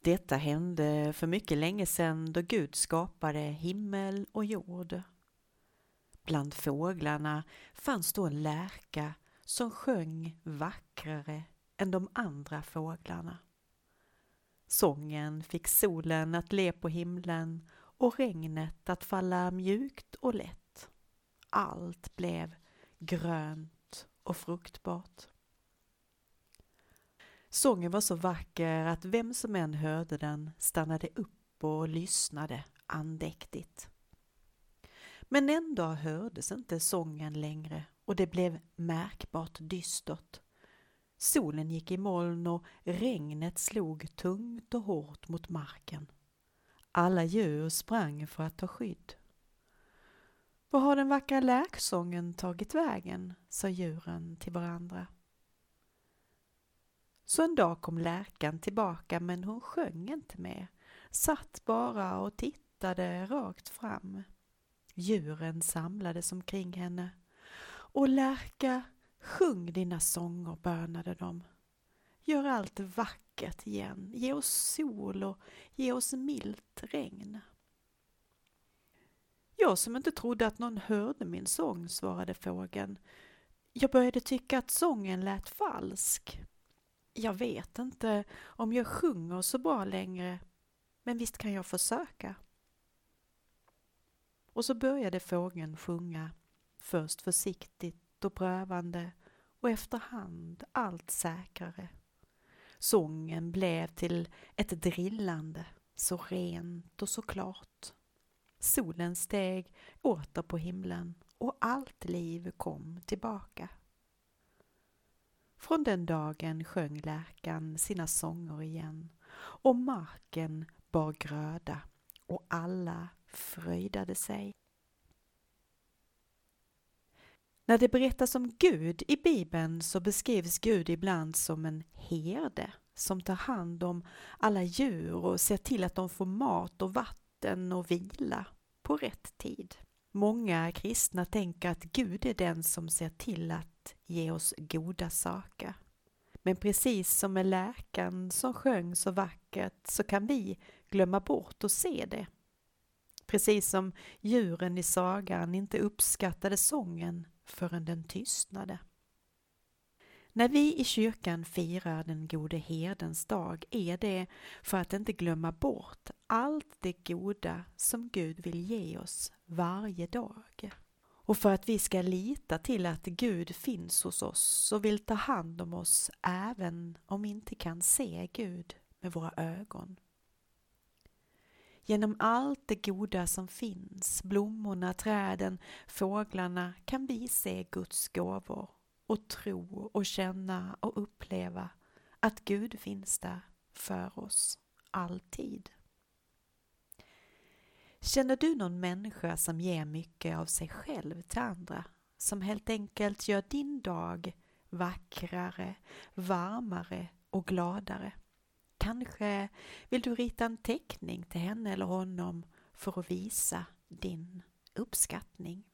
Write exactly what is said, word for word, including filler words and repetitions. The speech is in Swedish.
Detta hände för mycket länge sedan då Gud skapade himmel och jord. Bland fåglarna fanns då en lärka som sjöng vackrare än de andra fåglarna. Sången fick solen att le på himlen och regnet att falla mjukt och lätt. Allt blev grönt och fruktbart. Sången var så vacker att vem som än hörde den stannade upp och lyssnade andäktigt. Men en dag hördes inte sången längre och det blev märkbart dystert. Solen gick i moln och regnet slog tungt och hårt mot marken. Alla djur sprang för att ta skydd. Var har den vackra lärksången tagit vägen, sa djuren till varandra. Så en dag kom lärkan tillbaka, men hon sjöng inte mer, satt bara och tittade rakt fram. Djuren samlades omkring henne. Och lärka, sjung dina sånger, bönade de. Gör allt vackert igen, ge oss sol och ge oss milt regn. Jag som inte trodde att någon hörde min sång, svarade fågeln. Jag började tycka att sången lät falsk. Jag vet inte om jag sjunger så bra längre, men visst kan jag försöka. Och så började fågeln sjunga, först försiktigt och prövande och efterhand allt säkrare. Sången blev till ett drillande, så rent och så klart. Solen steg åter på himlen och allt liv kom tillbaka. Från den dagen sjöng lärkan sina sånger igen och marken bar gröda och alla fröjdade sig. När det berättas om Gud i Bibeln så beskrivs Gud ibland som en herde som tar hand om alla djur och ser till att de får mat och vatten och vila på rätt tid. Många kristna tänker att Gud är den som ser till att ge oss goda saker. Men precis som med lärkan som sjöng så vackert så kan vi glömma bort att se det. Precis som djuren i sagan inte uppskattade sången förrän den tystnade. När vi i kyrkan firar den gode herdens dag är det för att inte glömma bort allt det goda som Gud vill ge oss varje dag. Och för att vi ska lita till att Gud finns hos oss och vill ta hand om oss även om vi inte kan se Gud med våra ögon. Genom allt det goda som finns, blommorna, träden, fåglarna, kan vi se Guds gåvor och tro och känna och uppleva att Gud finns där för oss alltid. Känner du någon människa som ger mycket av sig själv till andra, som helt enkelt gör din dag vackrare, varmare och gladare? Kanske vill du rita en teckning till henne eller honom för att visa din uppskattning.